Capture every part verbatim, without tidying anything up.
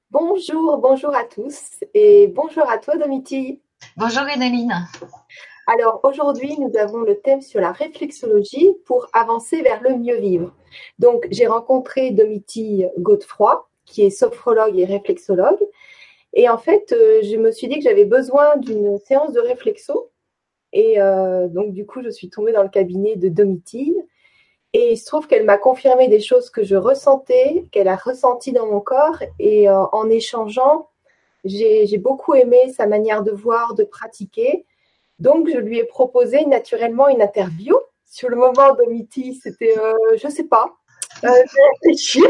Bonjour, bonjour à tous et bonjour à toi Domiti. Bonjour Edeline. Alors aujourd'hui, nous avons le thème sur la réflexologie pour avancer vers le mieux vivre. Donc j'ai rencontré Domiti Godefroy, qui est sophrologue et réflexologue. Et en fait, euh, je me suis dit que j'avais besoin d'une séance de réflexo. Et euh, donc du coup, je suis tombée dans le cabinet de Domiti. Et il se trouve qu'elle m'a confirmé des choses que je ressentais, qu'elle a ressenties dans mon corps. Et euh, en échangeant, J'ai j'ai beaucoup aimé sa manière de voir, de pratiquer. Donc, je lui ai proposé naturellement une interview. Sur le moment, Domiti, c'était, euh, je sais pas, euh, je vais réfléchir.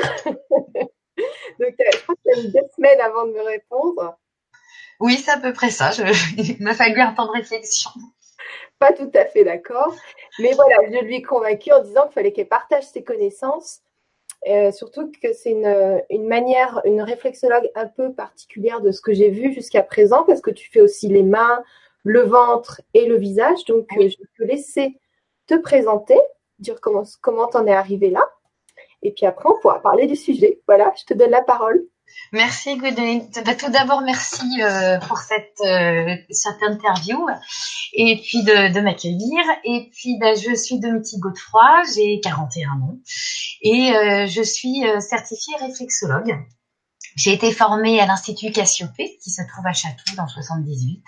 Donc, euh, je crois qu'il a mis deux semaines avant de me répondre. Oui, c'est à peu près ça. Je... Il m'a fallu un temps de réflexion. Pas tout à fait d'accord. Mais voilà, je lui ai convaincu en disant qu'il fallait qu'elle partage ses connaissances. Euh, surtout que c'est une, une manière, une réflexologue un peu particulière de ce que j'ai vu jusqu'à présent, parce que tu fais aussi les mains, le ventre et le visage. Donc, Oui. euh, je vais te laisser te présenter, dire comment comment t'en es arrivé là, et puis après, on pourra parler du sujet. Voilà, je te donne la parole. Merci Gwendoline. Bah, tout d'abord, merci euh, pour cette, euh, cette interview et puis de, de m'accueillir. Et puis, bah, je suis Domiti Godefroy, j'ai quarante et un ans et euh, je suis euh, certifiée réflexologue. J'ai été formée à l'Institut Cassiopée, qui se trouve à Château dans le soixante-dix-huit.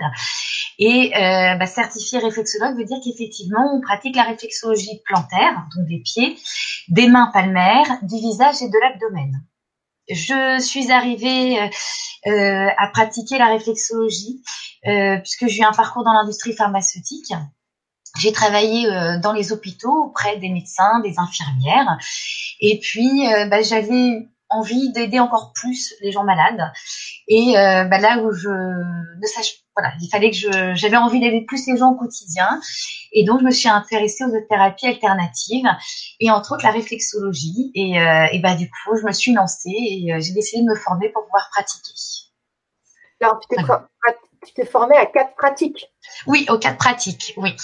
Et euh, bah, certifiée réflexologue veut dire qu'effectivement, on pratique la réflexologie plantaire, donc des pieds, des mains palmaires, du visage et de l'abdomen. Je suis arrivée euh, à pratiquer la réflexologie euh, puisque j'ai eu un parcours dans l'industrie pharmaceutique. J'ai travaillé euh, dans les hôpitaux auprès des médecins, des infirmières. Et puis, euh, bah, j'avais envie d'aider encore plus les gens malades. Et euh, bah, là où je ne sache, voilà, il fallait que je, j'avais envie d'aider plus les gens au quotidien. Et donc, je me suis intéressée aux thérapies alternatives et entre autres la réflexologie. Et, euh, et bah, du coup, je me suis lancée et euh, j'ai décidé de me former pour pouvoir pratiquer. Alors, tu t'es Voilà. tu t'es formé à quatre pratiques. Oui, au cas de pratique, oui.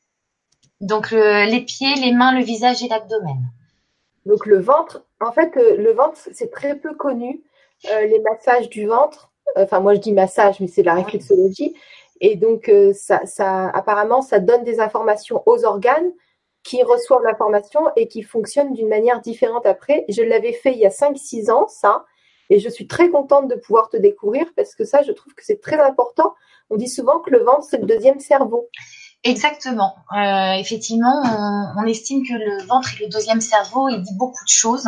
Donc, le, les pieds, les mains, le visage et l'abdomen. Donc, le ventre, en fait, euh, le ventre, c'est très peu connu. Euh, les massages du ventre, enfin, moi je dis massage, mais c'est de la Oui. réflexologie. Et donc, euh, ça, ça, apparemment, ça donne des informations aux organes qui reçoivent l'information et qui fonctionnent d'une manière différente après. Je l'avais fait il y a cinq six ans, ça. Et je suis très contente de pouvoir te découvrir parce que ça, je trouve que c'est très important. On dit souvent que le ventre, c'est le deuxième cerveau. Exactement. Euh, effectivement, on, on estime que le ventre est le deuxième cerveau. Il dit beaucoup de choses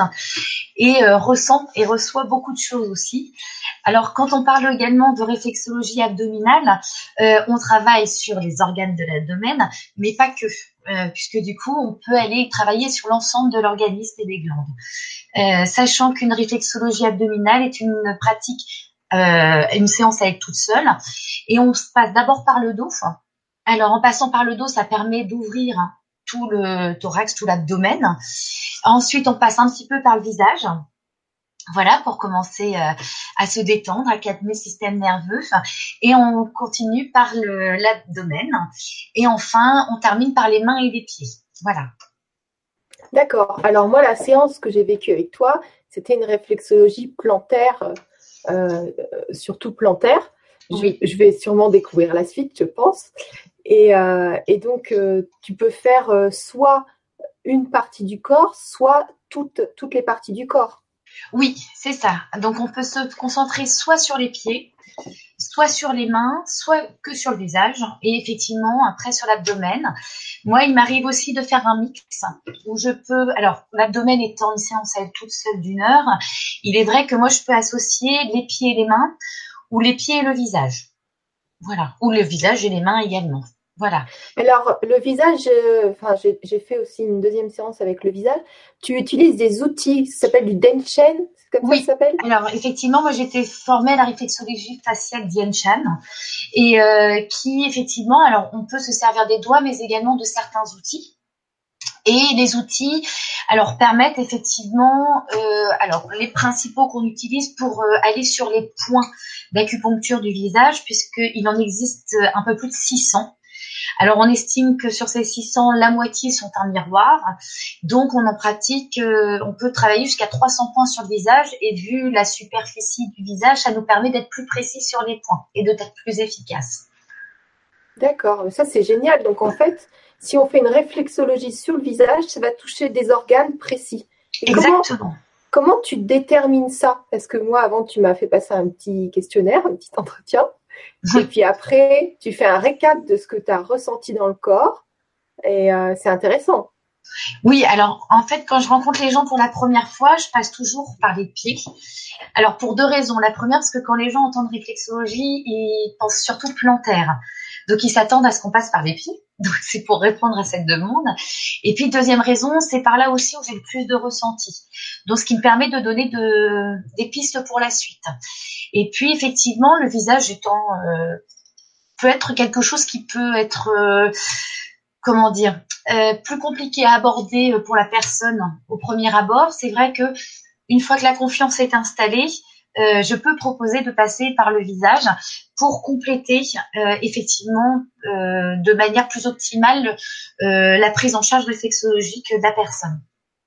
et euh, ressent et reçoit beaucoup de choses aussi. Alors, quand on parle également de réflexologie abdominale, euh, on travaille sur les organes de l'abdomen, mais pas que, euh, puisque du coup, on peut aller travailler sur l'ensemble de l'organisme et des glandes. Euh, sachant qu'une réflexologie abdominale est une pratique, euh, une séance à être toute seule, et on se passe d'abord par le dos. Alors, en passant par le dos, ça permet d'ouvrir tout le thorax, tout l'abdomen. Ensuite, on passe un petit peu par le visage. Voilà, pour commencer euh, à se détendre, à calmer le système nerveux. Et on continue par le, l'abdomen. Et enfin, on termine par les mains et les pieds. Voilà. D'accord. Alors moi, la séance que j'ai vécue avec toi, c'était une réflexologie plantaire, euh, surtout plantaire. Je, Oui. je vais sûrement découvrir la suite, je pense. Et, euh, et donc, euh, tu peux faire euh, soit une partie du corps, soit toutes, toutes les parties du corps. Oui, c'est ça. Donc, on peut se concentrer soit sur les pieds, soit sur les mains, soit que sur le visage, et effectivement, après sur l'abdomen. Moi, il m'arrive aussi de faire un mix où je peux, alors, l'abdomen étant une séance à elle toute seule d'une heure, il est vrai que moi, je peux associer les pieds et les mains, ou les pieds et le visage. Voilà. Ou le visage et les mains également. Voilà. Alors, le visage, euh, enfin, j'ai j'ai fait aussi une deuxième séance avec le visage. Tu utilises des outils, ça s'appelle du Denshen, c'est comme ça que ça Oui. s'appelle? Alors, effectivement, moi, j'étais formée à la réflexologie faciale d'Yen Chan et euh, qui, effectivement, alors, on peut se servir des doigts, mais également de certains outils. Et les outils, alors, permettent effectivement, euh, alors, les principaux qu'on utilise pour euh, aller sur les points d'acupuncture du visage, puisqu'il en existe un peu plus de six cents. Alors, on estime que sur ces six cents, la moitié sont un miroir. Donc, on en pratique, euh, on peut travailler jusqu'à trois cents points sur le visage. Et vu la superficie du visage, ça nous permet d'être plus précis sur les points et d'être plus efficace. D'accord, ça c'est génial. Donc en fait, si on fait une réflexologie sur le visage, ça va toucher des organes précis. Et comment, Exactement. comment tu détermines ça? Parce que moi, avant, tu m'as fait passer un petit questionnaire, un petit entretien. Et puis après, tu fais un récap de ce que tu as ressenti dans le corps. Et euh, c'est intéressant. Oui, alors en fait, quand je rencontre les gens pour la première fois, je passe toujours par les pieds. Alors pour deux raisons. La première, parce que quand les gens entendent réflexologie, ils pensent surtout plantaire. Donc ils s'attendent à ce qu'on passe par les pieds. Donc c'est pour répondre à cette demande. Et puis deuxième raison, c'est par là aussi où j'ai le plus de ressenti. Donc ce qui me permet de donner de, des pistes pour la suite. Et puis effectivement, le visage étant euh, peut être quelque chose qui peut être euh, comment dire euh, plus compliqué à aborder pour la personne au premier abord. C'est vrai que une fois que la confiance est installée, euh, je peux proposer de passer par le visage pour compléter euh, effectivement euh, de manière plus optimale euh, la prise en charge réflexologique de la personne.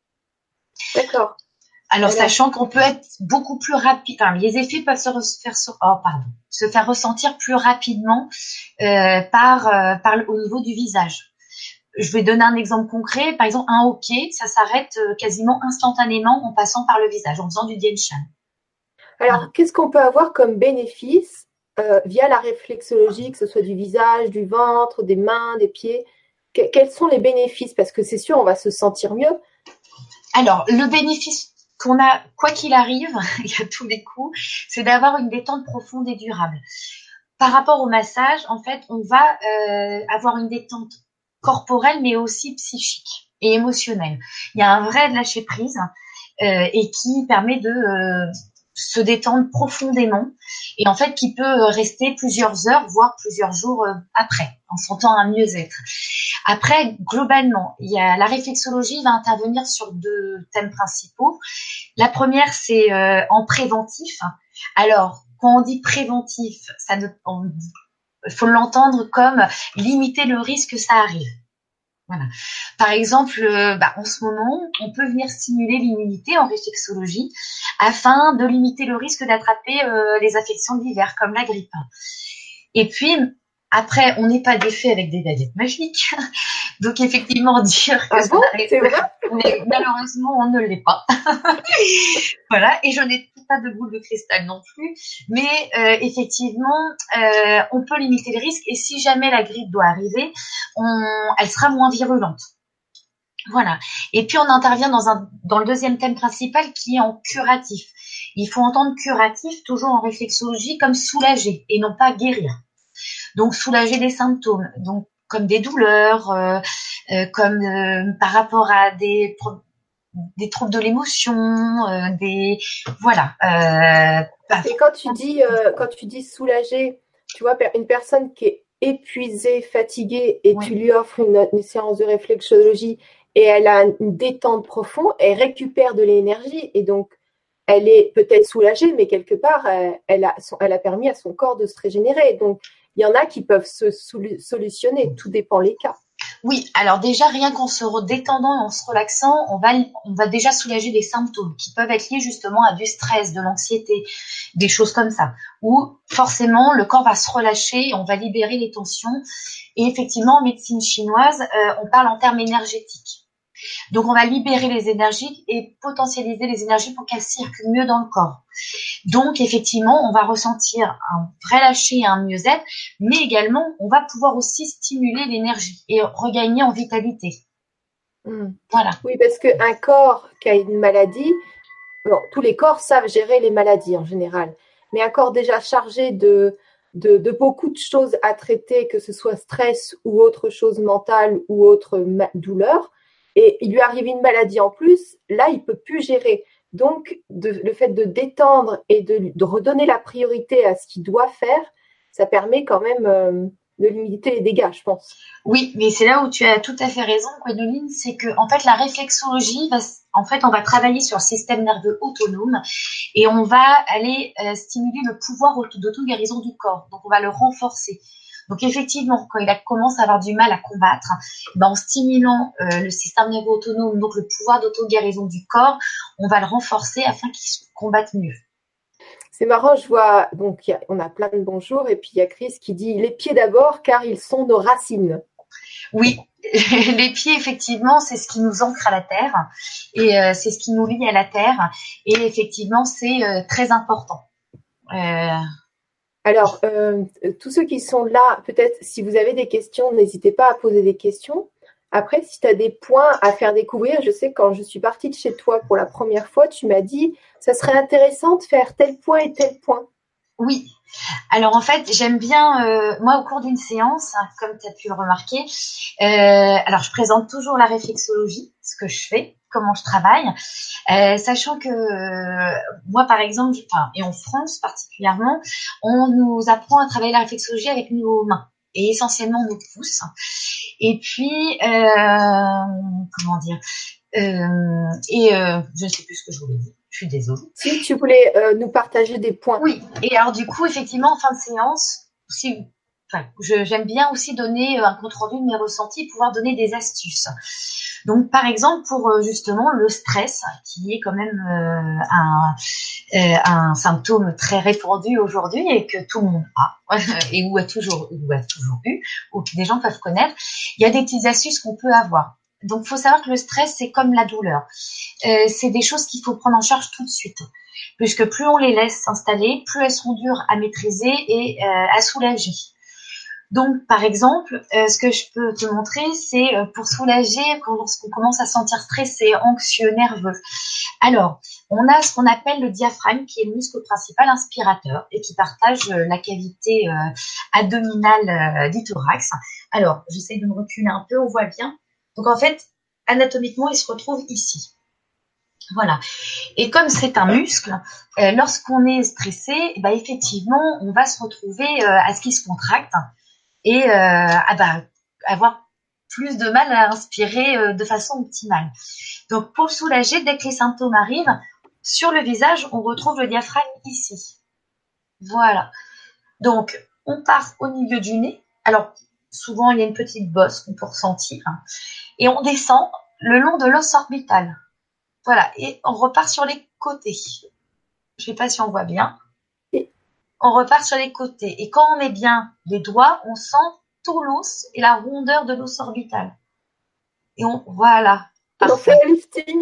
D'accord. Alors, Alors, sachant qu'on peut être beaucoup plus rapide, enfin, les effets peuvent se faire, oh, pardon, se faire ressentir plus rapidement euh, par, euh, par au niveau du visage. Je vais donner un exemple concret. Par exemple, un hoquet, ça s'arrête euh, quasiment instantanément en passant par le visage, en faisant du Dian Shan. alors Voilà. qu'est-ce qu'on peut avoir comme bénéfice euh, via la réflexologie, que ce soit du visage, du ventre, des mains, des pieds? Que- quels sont les bénéfices? Parce que c'est sûr, on va se sentir mieux. Alors, le bénéfice qu'on a, quoi qu'il arrive, à tous les coups, c'est d'avoir une détente profonde et durable. Par rapport au massage, en fait, on va euh, avoir une détente corporelle, mais aussi psychique et émotionnelle. Il y a un vrai lâcher prise euh, et qui permet de euh, se détendre profondément et en fait qui peut rester plusieurs heures, voire plusieurs jours euh, après, en sentant un mieux-être. Après, globalement, il y a la réflexologie va intervenir sur deux thèmes principaux. La première, c'est euh, en préventif. Alors, quand on dit préventif, ça ne, on, faut l'entendre comme limiter le risque que ça arrive. Voilà. Par exemple, euh, bah, en ce moment, on peut venir stimuler l'immunité en réflexologie afin de limiter le risque d'attraper euh, les affections d'hiver comme la grippe. Et puis, après, on n'est pas défait avec des baguettes magiques. Donc, effectivement, dire que Ah ça bon? n'arrive C'est vrai? mais malheureusement, on ne l'est pas. Voilà. Et je n'ai pas de boule de cristal non plus. Mais euh, effectivement, euh, on peut limiter le risque. Et si jamais la grippe doit arriver, on, elle sera moins virulente. Voilà. Et puis, on intervient dans, un, dans le deuxième thème principal qui est en curatif. Il faut entendre curatif, toujours en réflexologie, comme soulager et non pas guérir. Donc, soulager des symptômes, donc comme des douleurs, euh, euh, comme euh, par rapport à des, des troubles de l'émotion, euh, des voilà. Euh, bah, Et quand tu dis, euh, quand tu dis soulager, tu vois, une personne qui est épuisée, fatiguée, et oui. tu lui offres une, une séance de réflexologie et elle a une détente profonde, elle récupère de l'énergie et donc elle est peut-être soulagée, mais quelque part, elle, elle, a, son, elle a permis à son corps de se régénérer. Donc, il y en a qui peuvent se solutionner, tout dépend les cas. Oui, alors déjà, rien qu'en se détendant et en se relaxant, on va, on va déjà soulager des symptômes qui peuvent être liés justement à du stress, de l'anxiété, des choses comme ça. Où forcément, le corps va se relâcher, on va libérer les tensions. Et effectivement, en médecine chinoise, euh, on parle en termes énergétiques. Donc, on va libérer les énergies et potentialiser les énergies pour qu'elles circulent mieux dans le corps. Donc, effectivement, on va ressentir un vrai lâcher et un mieux-être, mais également, on va pouvoir aussi stimuler l'énergie et regagner en vitalité. Mmh. Voilà. Oui, parce qu'un corps qui a une maladie, bon, tous les corps savent gérer les maladies en général, mais un corps déjà chargé de, de, de beaucoup de choses à traiter, que ce soit stress ou autre chose mentale ou autre douleur, et il lui arrive une maladie en plus, là, il peut plus gérer. Donc, de, le fait de détendre et de, de redonner la priorité à ce qu'il doit faire, ça permet quand même euh, de limiter les dégâts, je pense. Oui, mais c'est là où tu as tout à fait raison, Gwendoline, c'est que en fait la réflexologie va, en fait, on va travailler sur le système nerveux autonome et on va aller euh, stimuler le pouvoir d'auto-guérison du corps. Donc on va le renforcer. Donc effectivement, quand il a, commence à avoir du mal à combattre, ben, en stimulant euh, le système nerveux autonome, donc le pouvoir d'auto-guérison du corps, on va le renforcer afin qu'il combatte mieux. C'est marrant, je vois, donc y a, on a plein de bonjours, et puis il y a Chris qui dit les pieds d'abord car ils sont nos racines. Oui, les pieds, effectivement, c'est ce qui nous ancre à la terre et euh, c'est ce qui nous lie à la terre. Et effectivement, c'est euh, très important. Euh... Alors, euh, tous ceux qui sont là, peut-être si vous avez des questions, n'hésitez pas à poser des questions. Après, si tu as des points à faire découvrir, je sais que quand je suis partie de chez toi pour la première fois, tu m'as dit ça serait intéressant de faire tel point et tel point. Oui. Alors en fait, j'aime bien, euh, moi au cours d'une séance, hein, comme tu as pu le remarquer, euh, alors je présente toujours la réflexologie, ce que je fais, comment je travaille, euh, sachant que euh, moi par exemple, enfin, et en France particulièrement, on nous apprend à travailler la réflexologie avec nos mains et essentiellement nos pouces. Et puis, euh, comment dire, euh, et euh, je ne sais plus ce que je voulais dire. Je suis désolée. Si tu voulais euh, nous partager des points. Oui, et alors du coup, effectivement, en fin de séance, si, enfin, je, j'aime bien aussi donner un compte-rendu de mes ressentis, pouvoir donner des astuces. Donc, par exemple, pour euh, justement le stress, qui est quand même euh, un, euh, un symptôme très répandu aujourd'hui et que tout le monde a, et où a toujours, ou a toujours eu, ou que des gens peuvent connaître, il y a des petites astuces qu'on peut avoir. Donc, il faut savoir que le stress, c'est comme la douleur. Euh, c'est des choses qu'il faut prendre en charge tout de suite. Puisque plus on les laisse s'installer, plus elles seront dures à maîtriser et euh, à soulager. Donc, par exemple, euh, ce que je peux te montrer, c'est euh, pour soulager quand lorsqu'on commence à se sentir stressé, anxieux, nerveux. Alors, on a ce qu'on appelle le diaphragme, qui est le muscle principal inspirateur et qui partage euh, la cavité euh, abdominale euh, du thorax. Alors, j'essaie de me reculer un peu, on voit bien. Donc, en fait, anatomiquement, il se retrouve ici. Voilà. Et comme c'est un muscle, euh, lorsqu'on est stressé, bah, effectivement, on va se retrouver euh, à ce qu'il se contracte et euh, à bah, avoir plus de mal à inspirer euh, de façon optimale. Donc, pour le soulager, dès que les symptômes arrivent, sur le visage, on retrouve le diaphragme ici. Voilà. Donc, on part au milieu du nez. Alors, souvent, il y a une petite bosse qu'on peut ressentir. Et on descend le long de l'os orbital. Voilà, et on repart sur les côtés. Je sais pas si on voit bien. On repart sur les côtés. Et quand on met bien les doigts, on sent tout l'os et la rondeur de l'os orbital. Et on, voilà. On fait un lifting.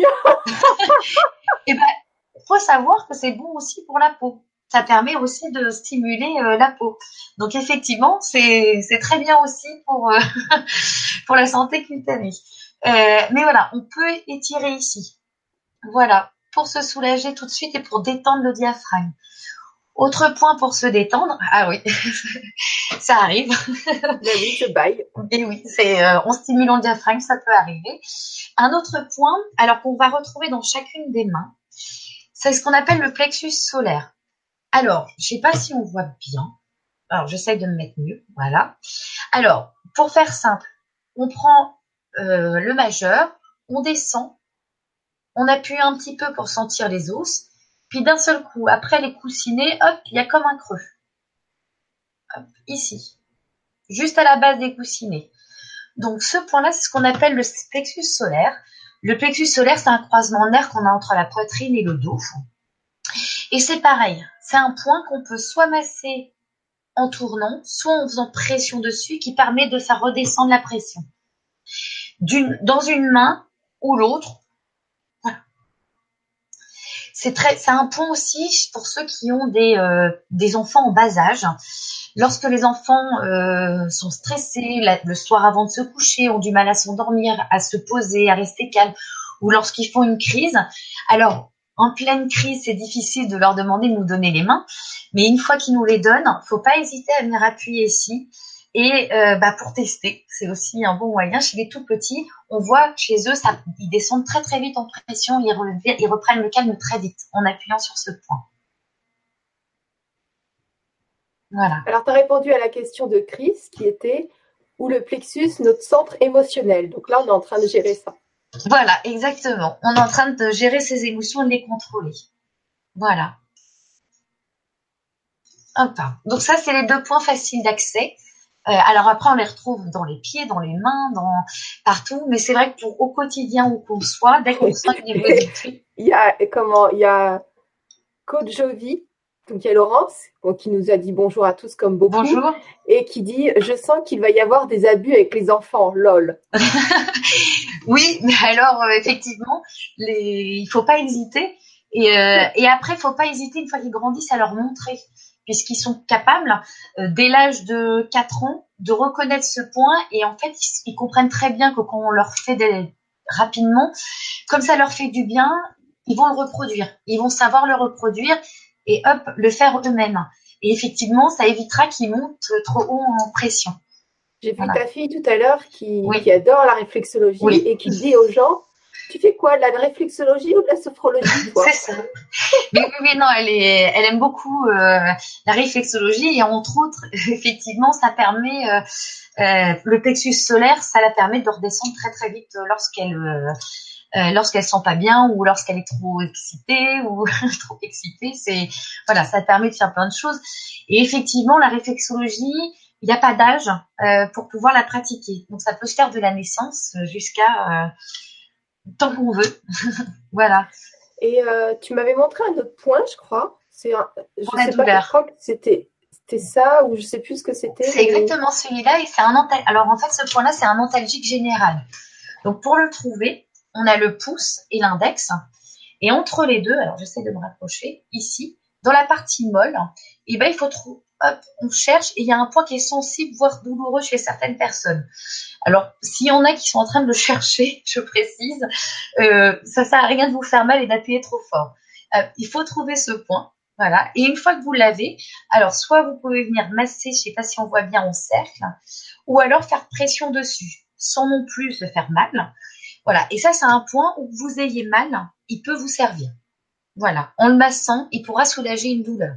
Et ben, faut savoir que c'est bon aussi pour la peau. Ça permet aussi de stimuler euh, la peau. Donc effectivement, c'est c'est très bien aussi pour euh, pour la santé cutanée. Euh, mais voilà, on peut étirer ici. Voilà, pour se soulager tout de suite et pour détendre le diaphragme. Autre point pour se détendre, ah oui, ça arrive. Oui, je baille. Et oui, c'est euh, en stimulant le diaphragme, ça peut arriver. Un autre point, alors qu'on va retrouver dans chacune des mains, c'est ce qu'on appelle le plexus solaire. Alors, je sais pas si on voit bien. Alors, j'essaie de me mettre mieux, voilà. Alors, pour faire simple, on prend euh, le majeur, on descend, on appuie un petit peu pour sentir les os, puis d'un seul coup, après les coussinets, hop, il y a comme un creux. Hop, ici. Juste à la base des coussinets. Donc, ce point-là, c'est ce qu'on appelle le plexus solaire. Le plexus solaire, c'est un croisement nerf qu'on a entre la poitrine et le dos. Et c'est pareil. C'est un point qu'on peut soit masser en tournant, soit en faisant pression dessus, qui permet de faire redescendre la pression. D'une, dans une main ou l'autre. Voilà. C'est très, c'est un point aussi pour ceux qui ont des, euh, des enfants en bas âge. Lorsque les enfants euh, sont stressés, la, le soir avant de se coucher, ont du mal à s'endormir, à se poser, à rester calme, ou lorsqu'ils font une crise. Alors, en pleine crise, c'est difficile de leur demander de nous donner les mains, mais une fois qu'ils nous les donnent, faut pas hésiter à venir appuyer ici. Et euh, bah, pour tester, c'est aussi un bon moyen. Chez les tout petits, on voit chez eux, ça, ils descendent très très vite en pression, ils, re, ils reprennent le calme très vite en appuyant sur ce point. Voilà. Alors, tu as répondu à la question de Chris qui était où le plexus, notre centre émotionnel. Donc là, on est en train de gérer ça. Voilà, exactement. On est en train de gérer ses émotions et de les contrôler. Voilà. Hop. Donc ça, c'est les deux points faciles d'accès. Euh, alors après, on les retrouve dans les pieds, dans les mains, dans partout. Mais c'est vrai que pour au quotidien où qu'on soit, dès qu'on sent une nervosité, Il y a comment il y a Coach Jovi, donc il y a Laurence bon, qui nous a dit bonjour à tous comme beaucoup bonjour. et qui dit je sens qu'il va y avoir des abus avec les enfants, lol. Oui, mais alors euh, effectivement, les... il faut pas hésiter. Et, euh, et après, il faut pas hésiter une fois qu'ils grandissent à leur montrer, puisqu'ils sont capables euh, dès l'âge de quatre ans de reconnaître ce point. Et en fait, ils, ils comprennent très bien que quand on leur fait des... rapidement, comme ça leur fait du bien, ils vont le reproduire. Ils vont savoir le reproduire et hop, le faire eux-mêmes. Et effectivement, ça évitera qu'ils montent trop haut en pression. J'ai vu Voilà. ta fille tout à l'heure qui, Oui. qui adore la réflexologie Oui. et qui dit aux gens tu fais quoi, de la réflexologie ou de la sophrologie, toi? C'est ça. Mais oui, mais non, elle est, elle aime beaucoup euh, la réflexologie et entre autres, effectivement, ça permet euh, euh, le plexus solaire, ça la permet de redescendre très très vite lorsqu'elle euh, euh, lorsqu'elle sent pas bien ou lorsqu'elle est trop excitée ou trop excitée. C'est voilà, ça permet de faire plein de choses. Et effectivement, la réflexologie, il n'y a pas d'âge euh, pour pouvoir la pratiquer. Donc ça peut se faire de la naissance jusqu'à euh, tant qu'on veut. Voilà. Et euh, tu m'avais montré un autre point, je crois. C'est un, je Pour la sais pas, je douleur. crois que c'était c'était ça ou je sais plus ce que c'était. C'est Mais... exactement celui-là et c'est un antal... Alors en fait, ce point-là, c'est un antalgique général. Donc pour le trouver, on a le pouce et l'index. Et entre les deux, alors j'essaie de me rapprocher, ici, dans la partie molle, et ben il faut trouver, hop, on cherche et il y a un point qui est sensible, voire douloureux chez certaines personnes. Alors, s'il y en a qui sont en train de le chercher, je précise, euh, ça sert à rien de vous faire mal et d'appuyer trop fort. Euh, il faut trouver ce point, voilà. Et une fois que vous l'avez, alors soit vous pouvez venir masser, je sais pas si on voit bien en cercle, ou alors faire pression dessus, sans non plus se faire mal. Voilà. Et ça, c'est un point où vous ayez mal, il peut vous servir. Voilà. En le massant, il pourra soulager une douleur.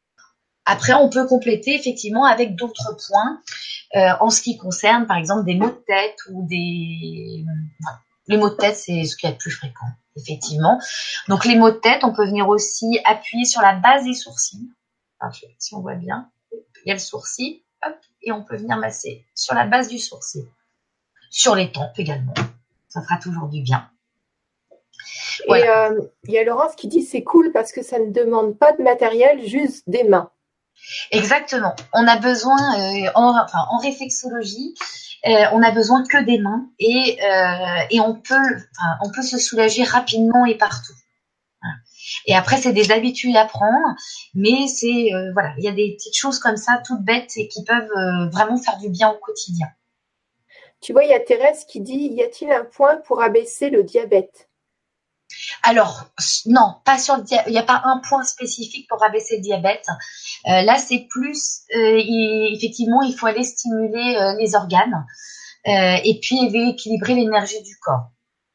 Après, on peut compléter effectivement avec d'autres points euh, en ce qui concerne, par exemple, des maux de tête ou des... Voilà. Les maux de tête, c'est ce qu'il y a de plus fréquent, effectivement. Donc, les maux de tête, on peut venir aussi appuyer sur la base des sourcils. Enfin, si on voit bien, il y a le sourcil, hop, et on peut venir masser sur la base du sourcil. Sur les tempes également. Ça fera toujours du bien. Voilà. Et il euh, y a Laurence qui dit c'est cool parce que ça ne demande pas de matériel, juste des mains. Exactement. On a besoin, euh, en, enfin, en réflexologie, euh, on a besoin que des mains et, euh, et on peut, enfin, on peut se soulager rapidement et partout. Voilà. Et après, c'est des habitudes à prendre, mais c'est euh, voilà, il y a des petites choses comme ça, toutes bêtes et qui peuvent euh, vraiment faire du bien au quotidien. Tu vois, il y a Thérèse qui dit y a-t-il un point pour abaisser le diabète? Alors, non, pas sur le diabète. Il n'y a pas un point spécifique pour abaisser le diabète. Euh, là, c'est plus, euh, il, effectivement, il faut aller stimuler euh, les organes euh, et puis équilibrer l'énergie du corps.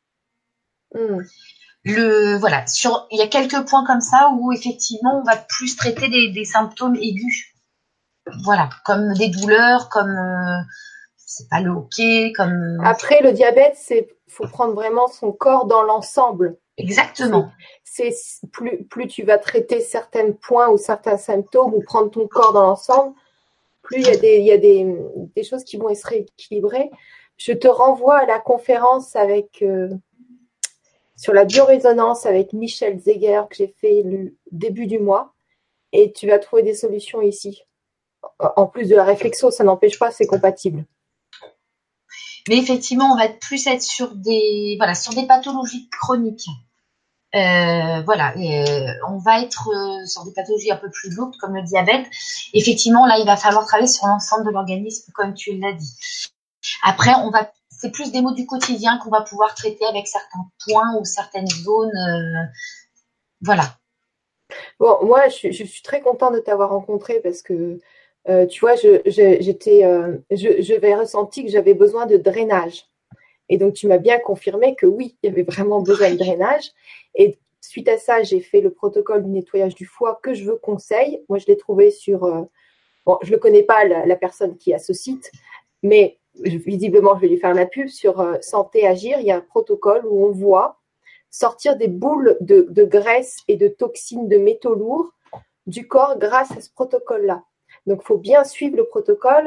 Mmh. Le, voilà, sur, il y a quelques points comme ça où effectivement, on va plus traiter des, des symptômes aigus. Voilà, comme des douleurs, comme, euh, c'est pas le hoquet, comme. Après, le diabète, c'est, faut prendre vraiment son corps dans l'ensemble. Exactement. C'est, c'est plus, plus tu vas traiter certains points ou certains symptômes ou prendre ton corps dans l'ensemble, plus il y a des, il y a des, des choses qui vont être rééquilibrées. Je te renvoie à la conférence avec, euh, sur la biorésonance avec Michel Zeger que j'ai fait le début du mois et tu vas trouver des solutions ici. En plus de la réflexo, ça n'empêche pas, c'est compatible. Mais effectivement, on va plus être sur des, voilà, sur des pathologies chroniques. Euh, voilà, euh, on va être euh, sur des pathologies un peu plus lourdes comme le diabète. Effectivement, là, il va falloir travailler sur l'ensemble de l'organisme, comme tu l'as dit. Après, on va, c'est plus des maux du quotidien qu'on va pouvoir traiter avec certains points ou certaines zones. Euh, voilà. Bon, moi, je, je suis très contente de t'avoir rencontré parce que, euh, tu vois, je, je, j'étais, euh, je, j'avais ressenti que j'avais besoin de drainage. Et donc, tu m'as bien confirmé que oui, il y avait vraiment besoin de drainage. Et suite à ça, j'ai fait le protocole du nettoyage du foie que je veux conseille. Moi, je l'ai trouvé sur... Euh, bon, je ne le connais pas, la, la personne qui a ce site, mais visiblement, je vais lui faire la pub sur euh, Santé Agir. Il y a un protocole où on voit sortir des boules de, de graisse et de toxines de métaux lourds du corps grâce à ce protocole-là. Donc, il faut bien suivre le protocole.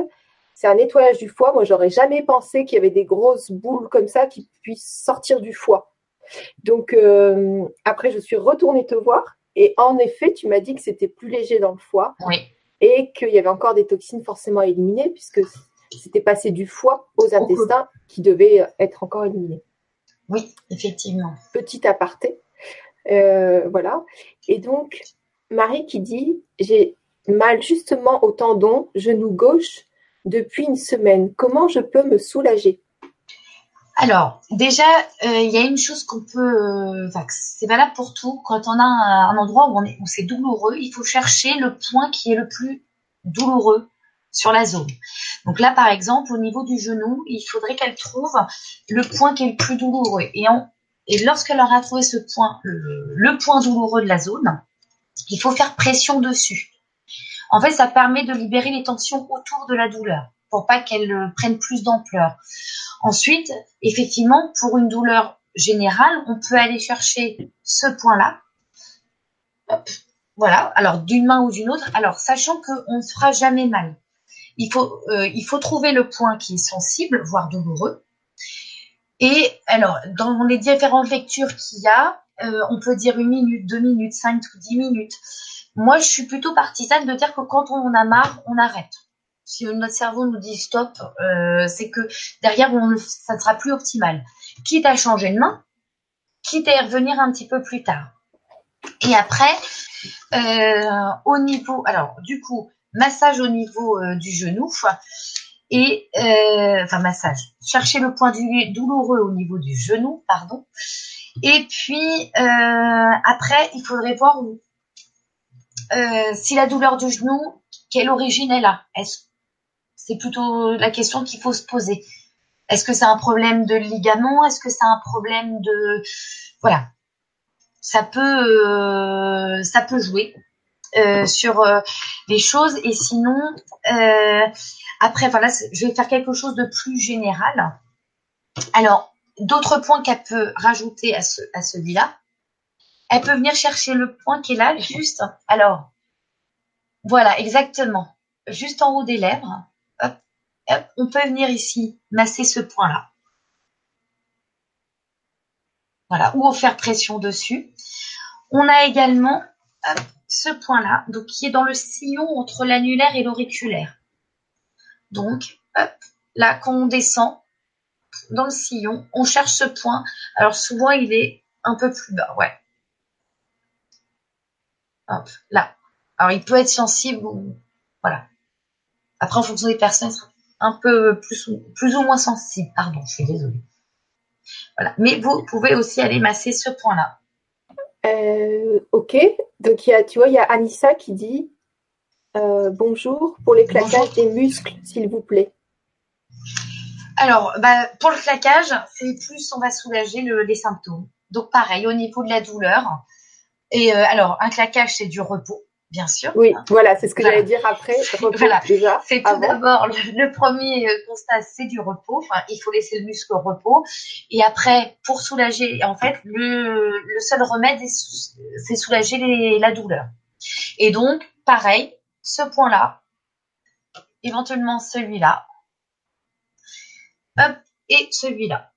c'est un nettoyage du foie. Moi, j'aurais jamais pensé qu'il y avait des grosses boules comme ça qui puissent sortir du foie. Donc, euh, après, je suis retournée te voir. Et en effet, tu m'as dit que c'était plus léger dans le foie. Oui. Et qu'il y avait encore des toxines forcément éliminées, puisque c'était passé du foie aux intestins qui devaient être encore éliminés. Oui, effectivement. Petit aparté. Euh, voilà. Et donc, Marie qui dit « J'ai mal justement au tendon, genou gauche, depuis une semaine. Comment je peux me soulager ?» Alors, déjà, il euh, y a une chose qu'on peut... Enfin, euh, c'est valable pour tout. Quand on a un, un endroit où, on est, où c'est douloureux, il faut chercher le point qui est le plus douloureux sur la zone. Donc là, par exemple, au niveau du genou, il faudrait qu'elle trouve le point qui est le plus douloureux. Et, on, et lorsqu'elle aura trouvé ce point, le, le point douloureux de la zone, il faut faire pression dessus. En fait, ça permet de libérer les tensions autour de la douleur pour pas qu'elle euh, prenne plus d'ampleur. Ensuite, effectivement, pour une douleur générale, on peut aller chercher ce point-là. Hop, voilà. Alors, d'une main ou d'une autre. Alors, sachant qu'on ne fera jamais mal. Il faut, euh, il faut trouver le point qui est sensible, voire douloureux. Et alors, dans les différentes lectures qu'il y a, euh, on peut dire une minute, deux minutes, cinq ou dix minutes. Moi, je suis plutôt partisane de dire que quand on en a marre, on arrête. Si notre cerveau nous dit stop, euh, c'est que derrière, on, ça ne sera plus optimal. Quitte à changer de main, quitte à y revenir un petit peu plus tard. Et après, euh, au niveau, alors du coup, massage au niveau euh, du genou et euh, enfin massage. Chercher le point du, douloureux au niveau du genou, pardon. Et puis euh, après, il faudrait voir où, euh, si la douleur du genou, quelle origine elle a. Est-ce C'est plutôt la question qu'il faut se poser. Est-ce que c'est un problème de ligament? Est-ce que c'est un problème de... Voilà. Ça peut, euh, ça peut jouer euh, sur euh, les choses. Et sinon, euh, après, voilà, je vais faire quelque chose de plus général. Alors, d'autres points qu'elle peut rajouter à, ce, à celui-là, elle peut venir chercher le point qui est là, juste... Alors, voilà, exactement. Juste en haut des lèvres. Hop. Hop, on peut venir ici masser ce point-là. Voilà, ou faire pression dessus. On a également hop, ce point-là, donc qui est dans le sillon entre l'annulaire et l'auriculaire. Donc, hop, là, quand on descend dans le sillon, on cherche ce point. Alors souvent, il est un peu plus bas, ouais. Hop, là. Alors, il peut être sensible ou... Voilà. Après, en fonction des personnes, un peu plus ou, plus ou moins sensible. Pardon, je suis désolée. Voilà. Mais vous pouvez aussi aller masser ce point-là. Euh, ok. Donc, il y a, tu vois, il y a Anissa qui dit euh, bonjour, pour les claquages bonjour. Des muscles, s'il vous plaît. Alors, bah, pour le claquage, c'est plus on va soulager le, les symptômes. Donc, pareil, au niveau de la douleur. Et euh, alors, un claquage, c'est du repos. Bien sûr. Oui, hein. Voilà, c'est ce que voilà. J'allais dire après. Repos, voilà, déjà. C'est tout d'abord le, le premier constat, c'est du repos. Enfin, il faut laisser le muscle au repos. Et après, pour soulager, en fait, le, le seul remède, c'est soulager les, la douleur. Et donc, pareil, ce point-là, éventuellement celui-là, hop, et celui-là.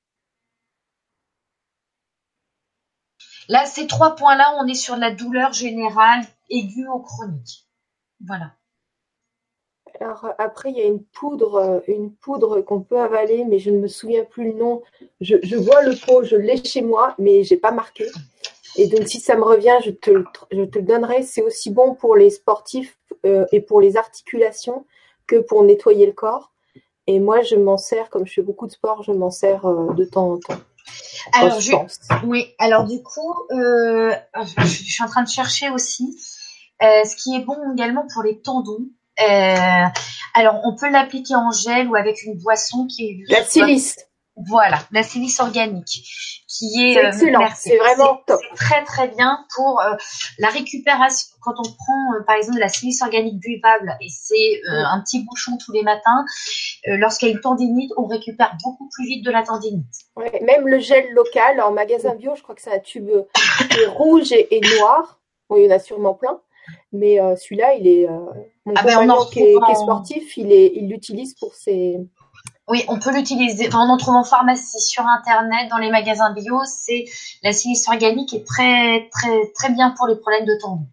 Là, ces trois points-là, on est sur la douleur générale aiguë ou chronique. Voilà. Alors après, il y a une poudre, une poudre qu'on peut avaler, mais je ne me souviens plus le nom. Je, je vois le pot, je l'ai chez moi, mais j'ai pas marqué. Et donc, si ça me revient, je te, je te le donnerai. C'est aussi bon pour les sportifs euh, et pour les articulations que pour nettoyer le corps. Et moi, je m'en sers, comme je fais beaucoup de sport, je m'en sers euh, de temps en temps. Alors, je, oui. Alors du coup, euh, je, je suis en train de chercher aussi euh, ce qui est bon également pour les tendons. Euh, alors, on peut l'appliquer en gel ou avec une boisson qui est la silice. Voilà, la silice organique, qui est, est euh, excellent. C'est vraiment top. C'est très très bien pour euh, la récupération. Quand on prend euh, par exemple de la silice organique buvable et c'est euh, mmh. un petit bouchon tous les matins, euh, lorsqu'il y a une tendinite, on récupère beaucoup plus vite de la tendinite. Ouais, même le gel local en magasin bio, je crois que c'est un tube qui est rouge et, et noir. Bon, il y en a sûrement plein. Mais euh, celui-là, il est euh, mon Ah ben on en compagnon qui retrouve est, qui est en... sportif, il est, il l'utilise pour ses. Oui, on peut l'utiliser. Enfin, on en trouve en pharmacie, sur Internet, dans les magasins bio. C'est la silice organique est très très très bien pour les problèmes de tendons.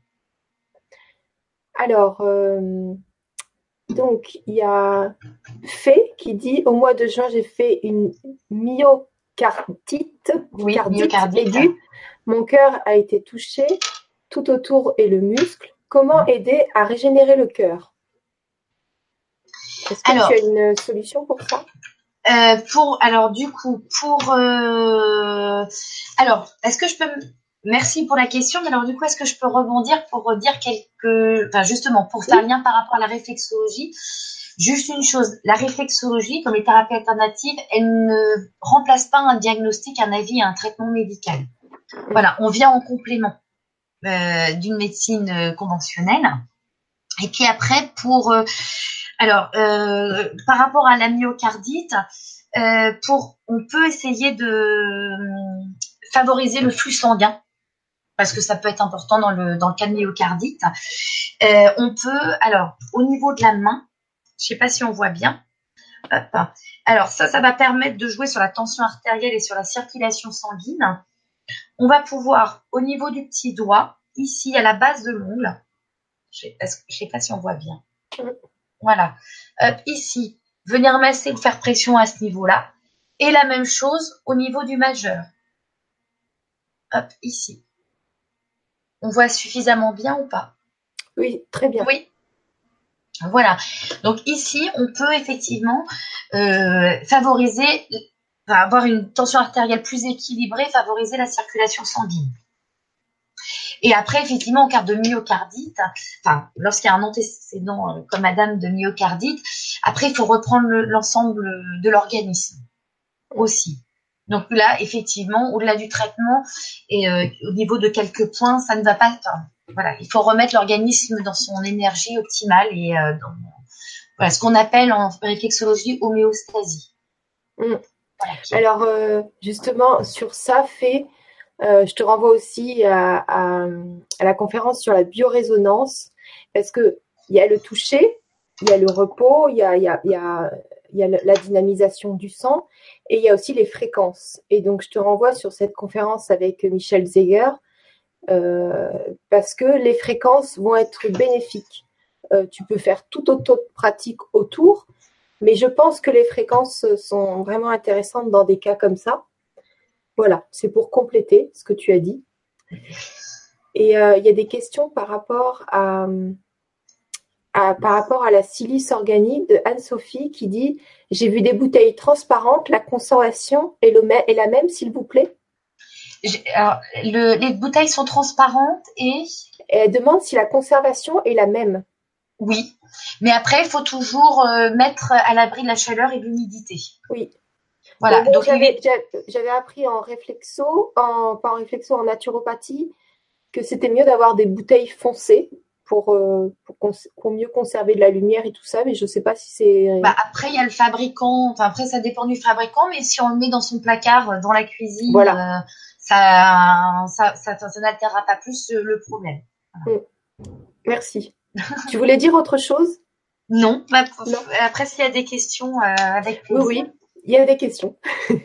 Alors, euh, donc il y a Fée qui dit au mois de juin, j'ai fait une myocardite, Oui, cardite myocardite. aiguë. Mon cœur a été touché tout autour et le muscle. Comment aider à régénérer le cœur? Est-ce que tu Alors, as une solution pour ça? euh, pour alors du coup pour euh, alors est-ce que je peux m- merci pour la question, mais alors du coup est-ce que je peux rebondir pour dire quelques enfin justement pour faire Oui, lien par rapport à la réflexologie. Juste une chose, la réflexologie, comme les thérapies alternatives, elle ne remplace pas un diagnostic, un avis et un traitement médical. Voilà, on vient en complément euh, d'une médecine euh, conventionnelle. Et puis après, pour euh, alors euh, par rapport à la myocardite, euh, pour on peut essayer de euh, favoriser le flux sanguin parce que ça peut être important dans le dans le cas de myocardite. Euh, on peut alors au niveau de la main, je sais pas si on voit bien. Hop. Alors ça, ça va permettre de jouer sur la tension artérielle et sur la circulation sanguine. On va pouvoir, au niveau du petit doigt, ici à la base de l'ongle, je ne sais pas si on voit bien. Voilà. Hop, ici, venir masser ou faire pression à ce niveau-là. Et la même chose au niveau du majeur. Hop, ici. On voit suffisamment bien ou pas? oui, très bien. Oui. Voilà. Donc ici, on peut effectivement euh, favoriser, enfin, avoir une tension artérielle plus équilibrée, favoriser la circulation sanguine. Et après, effectivement, en cas de myocardite, enfin, lorsqu'il y a un antécédent euh, comme madame de myocardite, après, il faut reprendre le, l'ensemble de l'organisme aussi. Donc là, effectivement, au-delà du traitement et euh, au niveau de quelques points, ça ne va pas. Enfin, voilà, il faut remettre l'organisme dans son énergie optimale et euh, dans voilà, ce qu'on appelle en réflexologie homéostasie. Mm. Voilà, qui est... Alors, euh, justement, sur ça, fait, euh, je te renvoie aussi à, à, à la conférence sur la biorésonance, parce que il y a le toucher, il y a le repos, il y a, il y a, il y a, il y a la dynamisation du sang, et il y a aussi les fréquences. Et donc, je te renvoie sur cette conférence avec Michel Zeger, euh, parce que les fréquences vont être bénéfiques. Euh, tu peux faire tout autre pratique autour, mais je pense que les fréquences sont vraiment intéressantes dans des cas comme ça. Voilà, c'est pour compléter ce que tu as dit. Et euh, il y a des questions par rapport à, à, par rapport à la silice organique de Anne-Sophie qui dit « J'ai vu des bouteilles transparentes, la conservation est, le, est la même, s'il vous plaît ?» Alors, le, les bouteilles sont transparentes et... Et elle demande si la conservation est la même. Oui, mais après, il faut toujours euh, mettre à l'abri de la chaleur et de l'humidité. Oui. Voilà, Bon, moi, donc j'avais, lui... j'avais appris en réflexo, en, pas en réflexo, en naturopathie, que c'était mieux d'avoir des bouteilles foncées pour, euh, pour, cons- pour mieux conserver de la lumière et tout ça, mais je ne sais pas si Bah, c'est... après, il y a le fabricant, enfin après, ça dépend du fabricant, mais si on le met dans son placard, euh, dans la cuisine, Voilà. euh, ça, ça, ça, ça, ça n'altérera pas plus euh, le problème. Voilà. Mm. Merci. Tu voulais dire autre chose? Non, bah, Non? après, s'il y a des questions, euh, avec Oui, plaisir. oui, il y a des questions.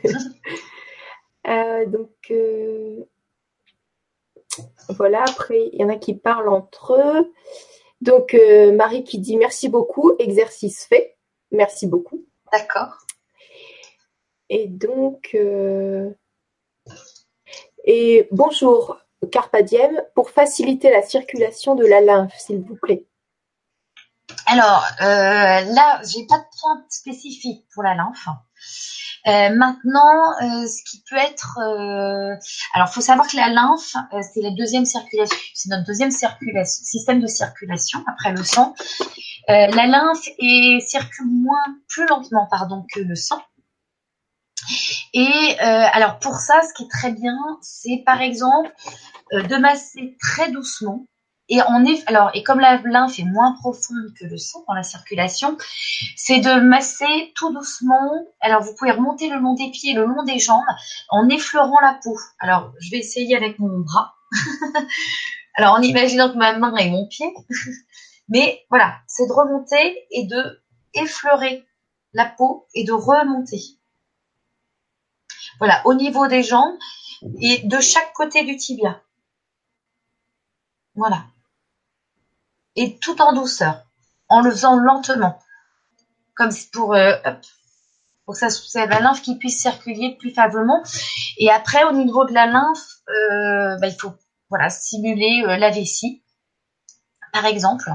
Euh, donc, euh, voilà, après, il y en a qui parlent entre eux. Donc, euh, Marie qui dit merci beaucoup, exercice fait. Merci beaucoup. D'accord. Et donc, euh, et bonjour, Carpe diem, pour faciliter la circulation de la lymphe, s'il vous plaît. Alors, euh, là, j'ai pas de point spécifique pour la lymphe. Euh, maintenant, euh, ce qui peut être, euh, alors, faut savoir que la lymphe, euh, c'est la deuxième circulation, c'est notre deuxième circulation, système de circulation après le sang. Euh, la lymphe est, circule moins, plus lentement, pardon, que le sang. Et euh, alors pour ça, ce qui est très bien, c'est par exemple euh, de masser très doucement. Et en eff- alors et comme la lymphe est moins profonde que le sang dans la circulation, c'est de masser tout doucement. Alors vous pouvez remonter le long des pieds, le long des jambes, en effleurant la peau. Alors je vais essayer avec mon bras. Alors, en imaginant que ma main est mon pied. Mais voilà, c'est de remonter et de effleurer la peau et de remonter. Voilà, au niveau des jambes et de chaque côté du tibia. Voilà. Et tout en douceur, en le faisant lentement, comme pour, euh, hop, pour que ça, c'est la lymphe qui puisse circuler plus faiblement. Et après, au niveau de la lymphe, euh, bah, il faut voilà stimuler euh, la vessie, par exemple.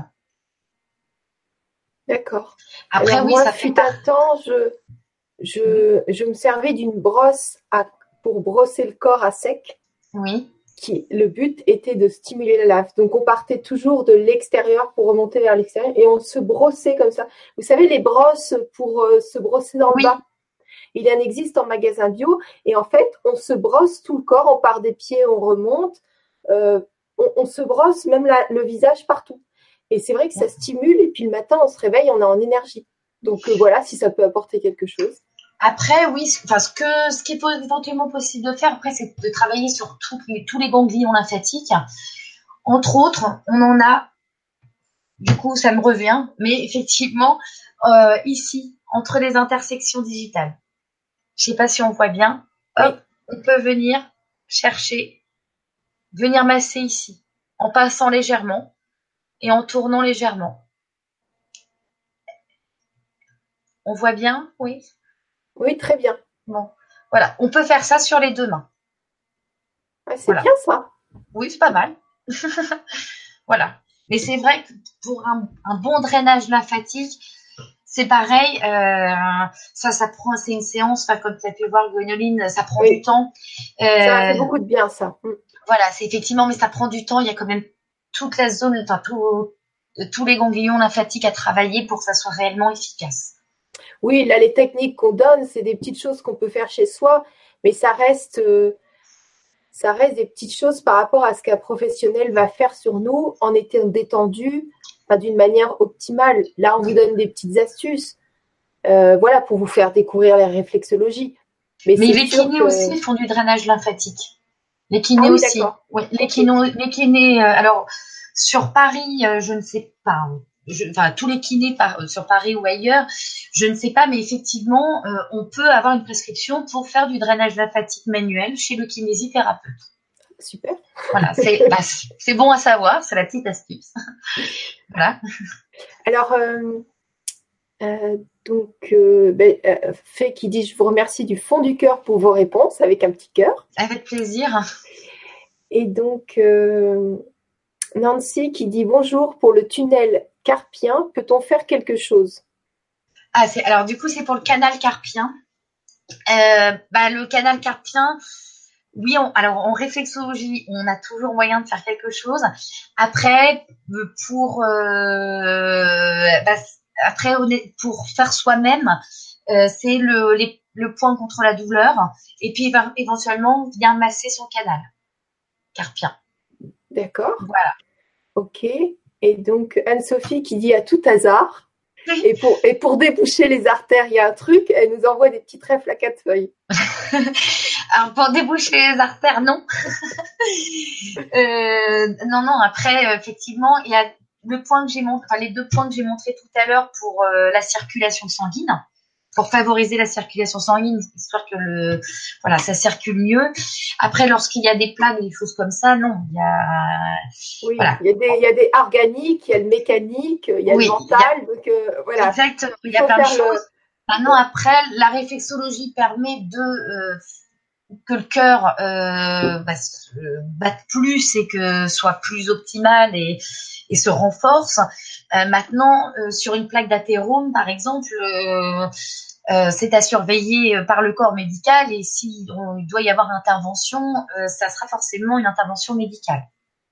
D'accord. Après, Alors oui, moi, ça fait fut pas. un temps, je, je, je me servais d'une brosse à, pour brosser le corps à sec. Oui. Qui, le but était de stimuler la lave. Donc, on partait toujours de l'extérieur pour remonter vers l'extérieur et on se brossait comme ça. Vous savez, les brosses pour euh, se brosser dans le Oui. bas, il en existe en magasin bio et en fait, on se brosse tout le corps, on part des pieds, on remonte, euh, on, on se brosse même la, le visage partout. Et c'est vrai que ça stimule et puis le matin, on se réveille, on est en énergie. Donc euh, voilà, si ça peut apporter quelque chose. Après, oui, enfin, ce que, ce qui est éventuellement possible de faire, après, c'est de travailler sur toutes les, tous les ganglions lymphatiques. Entre autres, on en a, du coup, ça me revient, mais effectivement, euh, ici, entre les intersections digitales. Je sais pas si on voit bien. Hop, Oui. on peut venir chercher, venir masser ici, en passant légèrement et en tournant légèrement. On voit bien, oui. Oui, très bien. Bon, voilà, on peut faire ça sur les deux mains. Ouais, c'est Voilà. bien ça. Oui, c'est pas mal. Voilà. Mais c'est vrai que pour un, un bon drainage lymphatique, c'est pareil. Euh, ça, ça prend, c'est une séance. Enfin, comme tu as pu voir, Gwénoline, ça prend du Oui, temps. ça m'a fait Euh, beaucoup de bien ça. Mm. voilà, c'est effectivement, mais ça prend du temps. Il y a quand même toute la zone, enfin tout, tous les ganglions lymphatiques à travailler pour que ça soit réellement efficace. Oui, là, les techniques qu'on donne, c'est des petites choses qu'on peut faire chez soi, mais ça reste, euh, ça reste des petites choses par rapport à ce qu'un professionnel va faire sur nous en étant détendu, enfin, d'une manière optimale. Là, on vous donne des petites astuces, euh, voilà, pour vous faire découvrir la réflexologie. Mais Mais c'est les sûr kinés que… aussi font du drainage lymphatique. Les Ah kinés oui, aussi. d'accord. Oui, les Ok. kinés, les kinés. Euh, alors sur Paris, euh, je ne sais pas. Hein. Je, enfin, tous les kinés par, euh, sur Paris ou ailleurs, je ne sais pas, mais effectivement, euh, on peut avoir une prescription pour faire du drainage lymphatique manuel chez le kinésithérapeute. Super. Voilà, c'est bah, c'est bon à savoir, c'est la petite astuce. Voilà. Alors, euh, euh, donc, euh, ben, euh, Faye qui dit, je vous remercie du fond du cœur pour vos réponses avec un petit cœur. Avec plaisir. Et donc, euh, Nancy qui dit bonjour pour le tunnel carpien, peut-on faire quelque chose? Ah, c'est alors du coup c'est pour le canal carpien. Euh, bah le canal carpien. Oui, on, alors en réflexologie, on a toujours moyen de faire quelque chose. Après, pour euh, bah, après pour faire soi-même, euh, c'est le, les, le point contre la douleur, et puis éventuellement bien masser son canal carpien. D'accord, Voilà. ok. Et donc Anne-Sophie qui dit à tout hasard, et pour, et pour déboucher les artères, il y a un truc, elle nous envoie des petits trèfles à quatre feuilles. Alors pour déboucher les artères, non. euh, non, non. Après, effectivement, il y a le point que j'ai montré, enfin les deux points que j'ai montrés tout à l'heure pour euh, la circulation sanguine, pour favoriser la circulation sanguine, histoire que le, voilà, ça circule mieux. Après, lorsqu'il y a des plaques, des choses comme ça, non, il y a, Oui, voilà. il y a des, il y a des organiques, il y a le mécanique, il y a le Oui, il y a, mental, donc euh, voilà, exactement, il il y a faut plein de faire choses. le… Maintenant, après, la réflexologie permet de euh, que le cœur euh, bah, batte plus et que soit plus optimal et, et se renforce. Euh, maintenant, euh, sur une plaque d'athérome, par exemple, euh, euh, c'est à surveiller par le corps médical et s'il si doit y avoir une intervention, euh, ça sera forcément une intervention médicale.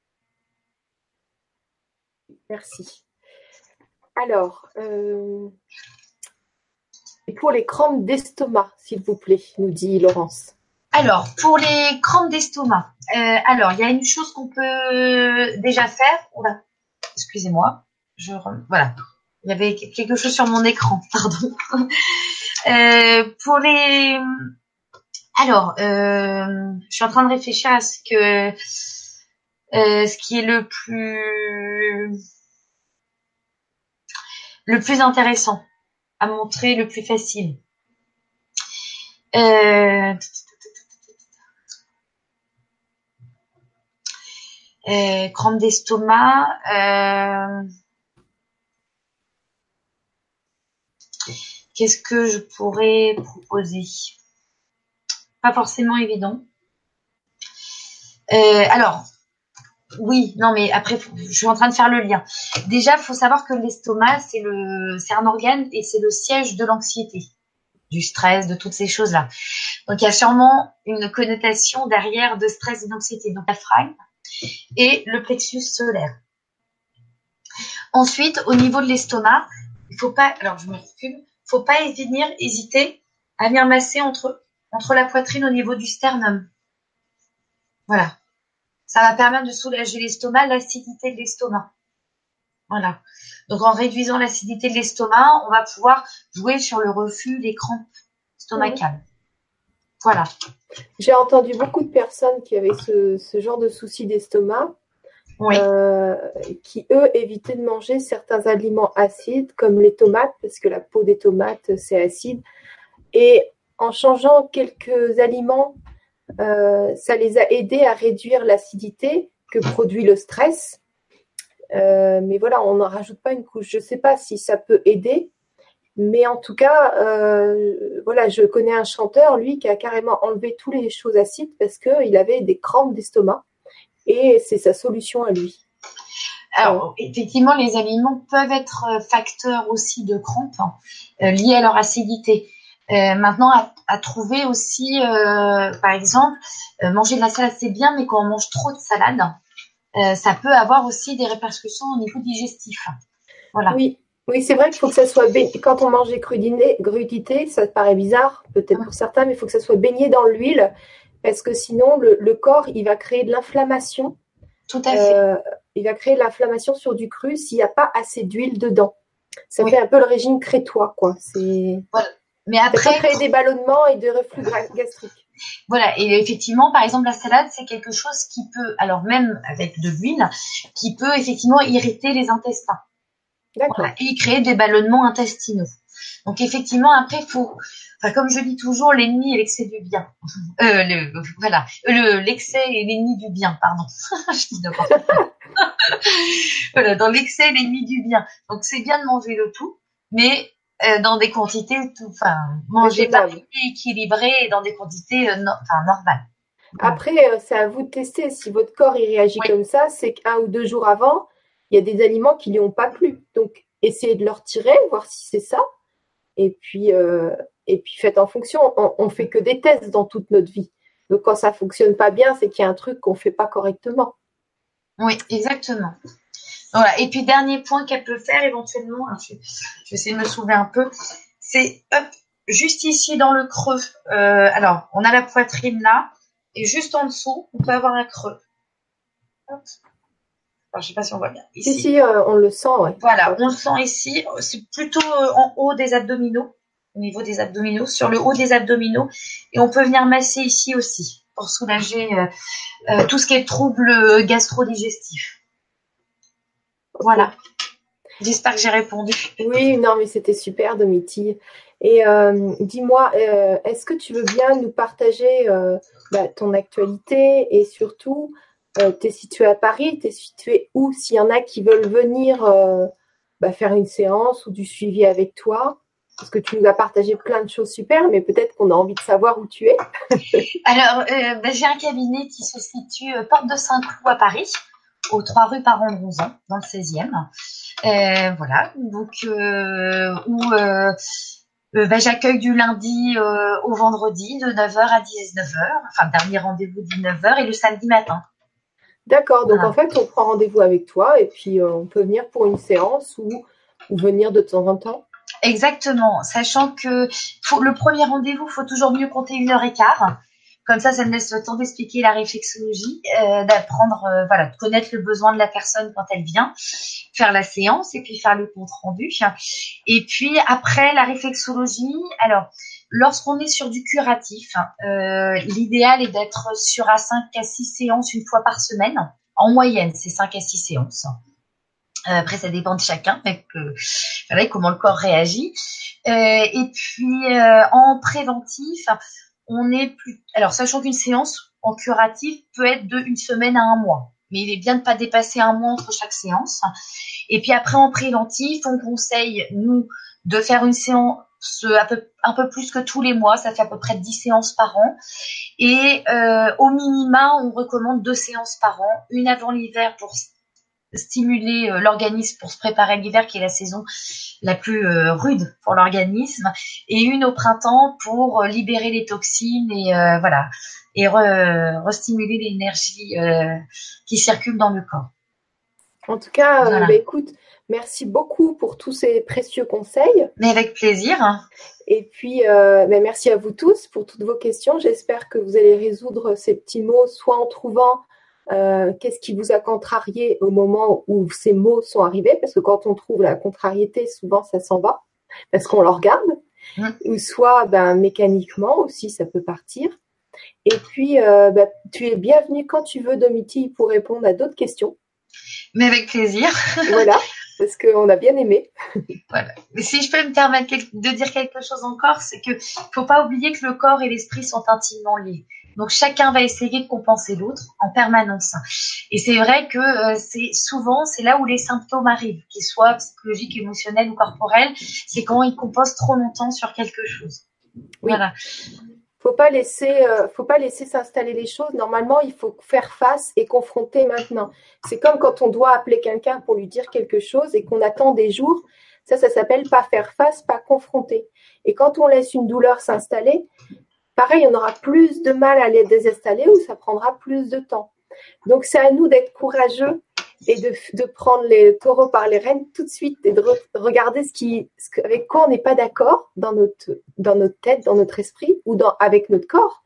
Merci. Alors, euh, et pour les crampes d'estomac, s'il vous plaît, nous dit Laurence. Alors, pour les crampes d'estomac, euh, alors il y a une chose qu'on peut déjà faire. Oula, excusez-moi. Je voilà, il y avait quelque chose sur mon écran, pardon. euh, pour les, alors, euh, je suis en train de réfléchir à ce que euh, ce qui est le plus le plus intéressant à montrer, le plus facile. Euh, euh, crampe d'estomac. Euh, qu'est-ce que je pourrais proposer? Pas forcément évident. Euh, alors, oui, non, mais après, je suis en train de faire le lien. Déjà, il faut savoir que l'estomac, c'est le, c'est un organe et c'est le siège de l'anxiété, du stress, de toutes ces choses-là. Donc, il y a sûrement une connotation derrière de stress et d'anxiété. Donc, la diaphragme et le plexus solaire. Ensuite, au niveau de l'estomac, il faut pas, alors je me recule, faut pas venir hésiter à venir masser entre, entre la poitrine au niveau du sternum. Voilà. Ça va permettre de soulager l'estomac, l'acidité de l'estomac. Voilà. Donc, en réduisant l'acidité de l'estomac, on va pouvoir jouer sur le reflux des crampes stomacales. Mmh. Voilà. J'ai entendu beaucoup de personnes qui avaient ce, ce genre de soucis d'estomac, oui. euh, qui, eux, évitaient de manger certains aliments acides, comme les tomates, parce que la peau des tomates, c'est acide. Et en changeant quelques aliments, euh, ça les a aidés à réduire l'acidité que produit le stress. Euh, mais voilà, on n'en rajoute pas une couche. Je ne sais pas si ça peut aider, mais en tout cas, euh, voilà, je connais un chanteur, lui, qui a carrément enlevé toutes les choses acides parce qu'il avait des crampes d'estomac et c'est sa solution à lui. Alors, ouais. Effectivement, les aliments peuvent être facteurs aussi de crampes hein, euh, liés à leur acidité. Euh, maintenant, à, à trouver aussi, euh, par exemple, euh, manger de la salade, c'est bien, mais quand on mange trop de salade, euh, ça peut avoir aussi des répercussions au niveau digestif. Voilà. Oui, oui, c'est vrai qu'il faut que ça soit baigné. Quand on mange des crudités, ça paraît bizarre, peut-être pour certains, mais il faut que ça soit baigné dans l'huile, parce que sinon, le, le corps, il va créer de l'inflammation. Tout à fait. Euh, il va créer de l'inflammation sur du cru s'il n'y a pas assez d'huile dedans. Ça oui. fait un peu le régime crétois, quoi. C'est... Voilà. Mais après, ça peut créer des ballonnements et des reflux gastriques. Voilà, et effectivement, par exemple, la salade, c'est quelque chose qui peut, alors même avec de l'huile, qui peut effectivement irriter les intestins. D'accord. Voilà, et créer des ballonnements intestinaux. Donc effectivement, après, il faut, enfin, comme je dis toujours, l'ennemi est l'excès du bien. Euh, le, voilà, le, l'excès est l'ennemi du bien, pardon. Je dis n'importe quoi. Voilà, dans l'excès est l'ennemi du bien. Donc c'est bien de manger le tout, mais euh, dans des quantités, tout, enfin, manger varié, équilibré et dans des quantités euh, no, enfin, normales. Après, euh, c'est à vous de tester. Si votre corps il réagit oui. comme ça, c'est qu'un ou deux jours avant, il y a des aliments qui lui ont pas plu. Donc, essayez de le retirer, voir si c'est ça. Et puis, euh, et puis faites en fonction. On, on fait que des tests dans toute notre vie. Donc, quand ça fonctionne pas bien, c'est qu'il y a un truc qu'on fait pas correctement. Oui, exactement. Voilà. Et puis, dernier point qu'elle peut faire éventuellement, hein, je, je vais essayer de me soulever un peu, c'est hop, juste ici dans le creux. Euh, alors, on a la poitrine là, et juste en dessous, on peut avoir un creux. Hop. Alors, je sais pas si on voit bien. Ici, si, si euh, on le sent, ouais. Voilà, on le sent ici. C'est plutôt euh, en haut des abdominaux, au niveau des abdominaux, sur le haut des abdominaux. Et on peut venir masser ici aussi, pour soulager euh, euh, tout ce qui est troubles gastro-digestifs. Voilà. J'espère que j'ai répondu. Oui, non, mais c'était super, Domiti. Et euh, dis-moi, euh, est-ce que tu veux bien nous partager euh, bah, ton actualité et surtout, euh, tu es situé à Paris, tu es situé où? S'il y en a qui veulent venir euh, bah, faire une séance ou du suivi avec toi, parce que tu nous as partagé plein de choses super, mais peut-être qu'on a envie de savoir où tu es. Alors, euh, bah, j'ai un cabinet qui se situe euh, Porte de Saint-Cloud à Paris, aux trois rue Parent-Bronzan, dans le seizième. Euh, voilà, donc euh, où euh, euh, bah, j'accueille du lundi euh, au vendredi de neuf heures à dix-neuf heures, enfin dernier rendez-vous dix-neuf heures et le samedi matin. D'accord, donc voilà. En fait on prend rendez-vous avec toi et puis euh, on peut venir pour une séance ou, ou venir de temps en temps. Exactement, sachant que faut, le premier rendez-vous, il faut toujours mieux compter une heure et quart. Comme ça, ça me laisse le temps d'expliquer la réflexologie, euh, d'apprendre, euh, voilà, de connaître le besoin de la personne quand elle vient, faire la séance et puis faire le compte rendu. Et puis après la réflexologie, alors lorsqu'on est sur du curatif, euh, l'idéal est d'être sur à cinq à six séances une fois par semaine En moyenne, c'est cinq à six séances. Euh, après, ça dépend de chacun, avec, euh, voilà, comment le corps réagit. Euh, et puis, euh, en préventif, on est plus... Alors, sachant qu'une séance en curatif peut être de une semaine à un mois. Mais il est bien de ne pas dépasser un mois entre chaque séance. Et puis après, en préventif, on conseille, nous, de faire une séance un peu, un peu plus que tous les mois. Ça fait à peu près dix séances par an. Et euh, au minima, on recommande deux séances par an. Une avant l'hiver pour stimuler euh, l'organisme, pour se préparer à l'hiver, qui est la saison la plus euh, rude pour l'organisme. Et une au printemps pour euh, libérer les toxines et euh, voilà, et re, restimuler l'énergie euh, qui circule dans le corps. En tout cas, voilà. euh, bah, écoute, merci beaucoup pour tous ces précieux conseils. Mais avec plaisir. Et puis, euh, bah, merci à vous tous pour toutes vos questions. J'espère que vous allez résoudre ces petits mots, soit en trouvant euh, qu'est-ce qui vous a contrarié au moment où ces mots sont arrivés, parce que quand on trouve la contrariété, souvent ça s'en va, parce qu'on le regarde, mmh. ou soit ben, mécaniquement aussi, ça peut partir. Et puis, euh, bah, tu es bienvenue quand tu veux, Domitille, pour répondre à d'autres questions. Mais avec plaisir. Voilà, parce qu'on a bien aimé. Voilà. Mais si je peux me permettre de dire quelque chose encore, c'est que faut pas oublier que le corps et l'esprit sont intimement liés. Donc chacun va essayer de compenser l'autre en permanence. Et c'est vrai que euh, c'est souvent c'est là où les symptômes arrivent, qu'ils soient psychologiques, émotionnels ou corporels, c'est quand ils composent trop longtemps sur quelque chose. Oui. Voilà. Faut pas laisser, euh, faut pas laisser s'installer les choses. Normalement, il faut faire face et confronter maintenant. C'est comme quand on doit appeler quelqu'un pour lui dire quelque chose et qu'on attend des jours. Ça, ça s'appelle pas faire face, pas confronter. Et quand on laisse une douleur s'installer, pareil, on aura plus de mal à les désinstaller ou ça prendra plus de temps. Donc, c'est à nous d'être courageux et de, de prendre les taureaux par les rênes tout de suite et de re, regarder ce qui, ce, avec quoi on n'est pas d'accord dans notre, dans notre tête, dans notre esprit ou dans, avec notre corps.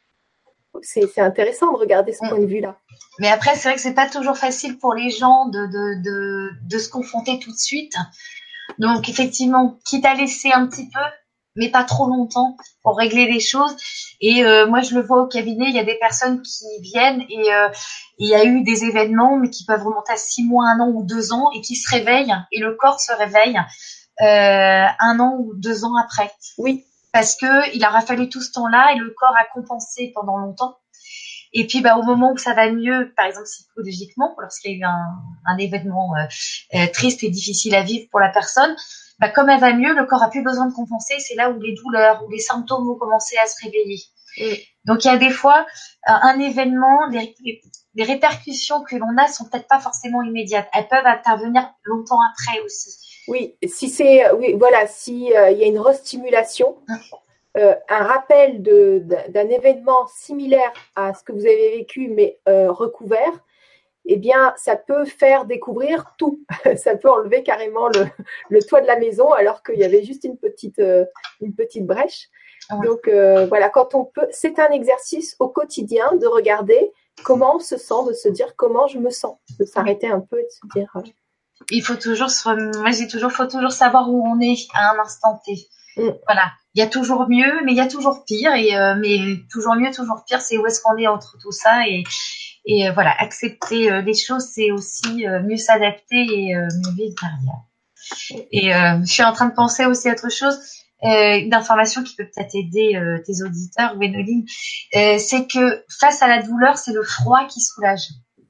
C'est, c'est intéressant de regarder ce mmh. point de vue-là. Mais après, c'est vrai que c'est pas toujours facile pour les gens de, de, de, de se confronter tout de suite. Donc, effectivement, quitte à laisser un petit peu, mais pas trop longtemps pour régler les choses. Et euh, moi, je le vois au cabinet, il y a des personnes qui viennent et euh, il y a eu des événements, mais qui peuvent remonter à six mois, un an ou deux ans, et qui se réveillent, et le corps se réveille euh, un an ou deux ans après. Oui. Parce que il aura fallu tout ce temps-là, et le corps a compensé pendant longtemps. Et puis, bah, au moment où ça va mieux, par exemple psychologiquement, lorsqu'il y a eu un, un événement euh, euh, triste et difficile à vivre pour la personne, bah, comme elle va mieux, le corps a plus besoin de compenser. C'est là où les douleurs, où les symptômes vont commencer à se réveiller. Mm. Donc, il y a des fois euh, un événement, les, les répercussions que l'on a sont peut-être pas forcément immédiates. Elles peuvent intervenir longtemps après aussi. Oui, si c'est, oui, voilà, si euh, il y a une restimulation. Mm. Euh, un rappel de, d'un événement similaire à ce que vous avez vécu, mais euh, recouvert, eh bien, ça peut faire découvrir tout. Ça peut enlever carrément le, le toit de la maison alors qu'il y avait juste une petite, euh, une petite brèche. Ouais. Donc, euh, voilà, quand on peut, c'est un exercice au quotidien de regarder comment on se sent, de se dire comment je me sens, de s'arrêter un peu et de se dire. Euh... Il faut toujours, moi je dis toujours, faut toujours savoir où on est à un instant T. Mm. Voilà. Il y a toujours mieux, mais il y a toujours pire. Et euh, mais toujours mieux, toujours pire, c'est où est-ce qu'on est entre tout ça. Et, et euh, voilà, accepter euh, les choses, c'est aussi euh, mieux s'adapter et euh, mieux vivre derrière. Et euh, je suis en train de penser aussi à autre chose, euh, une information qui peut peut-être aider euh, tes auditeurs, Gwénoline, euh, c'est que face à la douleur, c'est le froid qui soulage.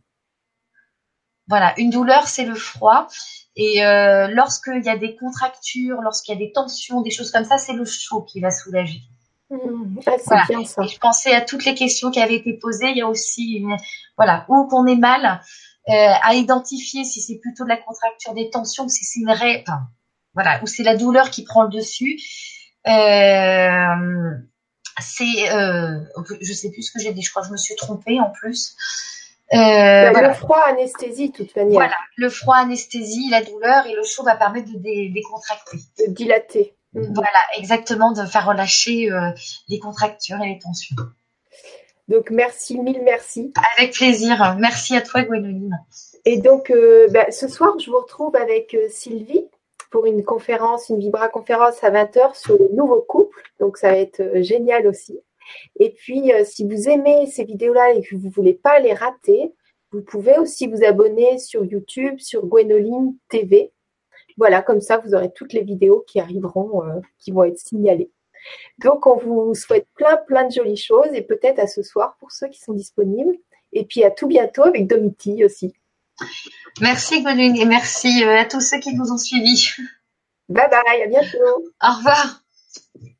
Voilà, une douleur, c'est le froid. Et euh, lorsqu'il y a des contractures, lorsqu'il y a des tensions, des choses comme ça, c'est le chaud qui va soulager. Mmh, ah, c'est voilà. bien ça. Et je pensais à toutes les questions qui avaient été posées. Il y a aussi, une, voilà, où qu'on est mal, euh, à identifier si c'est plutôt de la contracture, des tensions, si c'est une ré... enfin, voilà, ou c'est la douleur qui prend le dessus. Euh, c'est, euh, je sais plus ce que j'ai dit. Je crois que je me suis trompée en plus. Euh, ben, voilà. Le froid anesthésie, de toute manière. Voilà, le froid anesthésie, la douleur, et le chaud va permettre de dé- décontracter. De dilater. Mmh. Voilà, exactement, de faire relâcher euh, les contractures et les tensions. Donc, merci, mille merci. Avec plaisir. Merci à toi, Gwénoline. Et donc, euh, ben, ce soir, je vous retrouve avec euh, Sylvie pour une conférence, une vibra-conférence à vingt heures sur le nouveau couple. Donc, ça va être euh, génial aussi. Et puis, euh, si vous aimez ces vidéos-là et que vous ne voulez pas les rater, Vous pouvez aussi vous abonner sur YouTube, sur Gwénoline T V. Voilà, comme ça, vous aurez toutes les vidéos qui arriveront, euh, qui vont être signalées. Donc, on vous souhaite plein, plein de jolies choses et peut-être à ce soir pour ceux qui sont disponibles. Et puis, à tout bientôt avec Domiti aussi. Merci Gwénoline et merci à tous ceux qui nous ont suivis. Bye bye, à bientôt. Au revoir.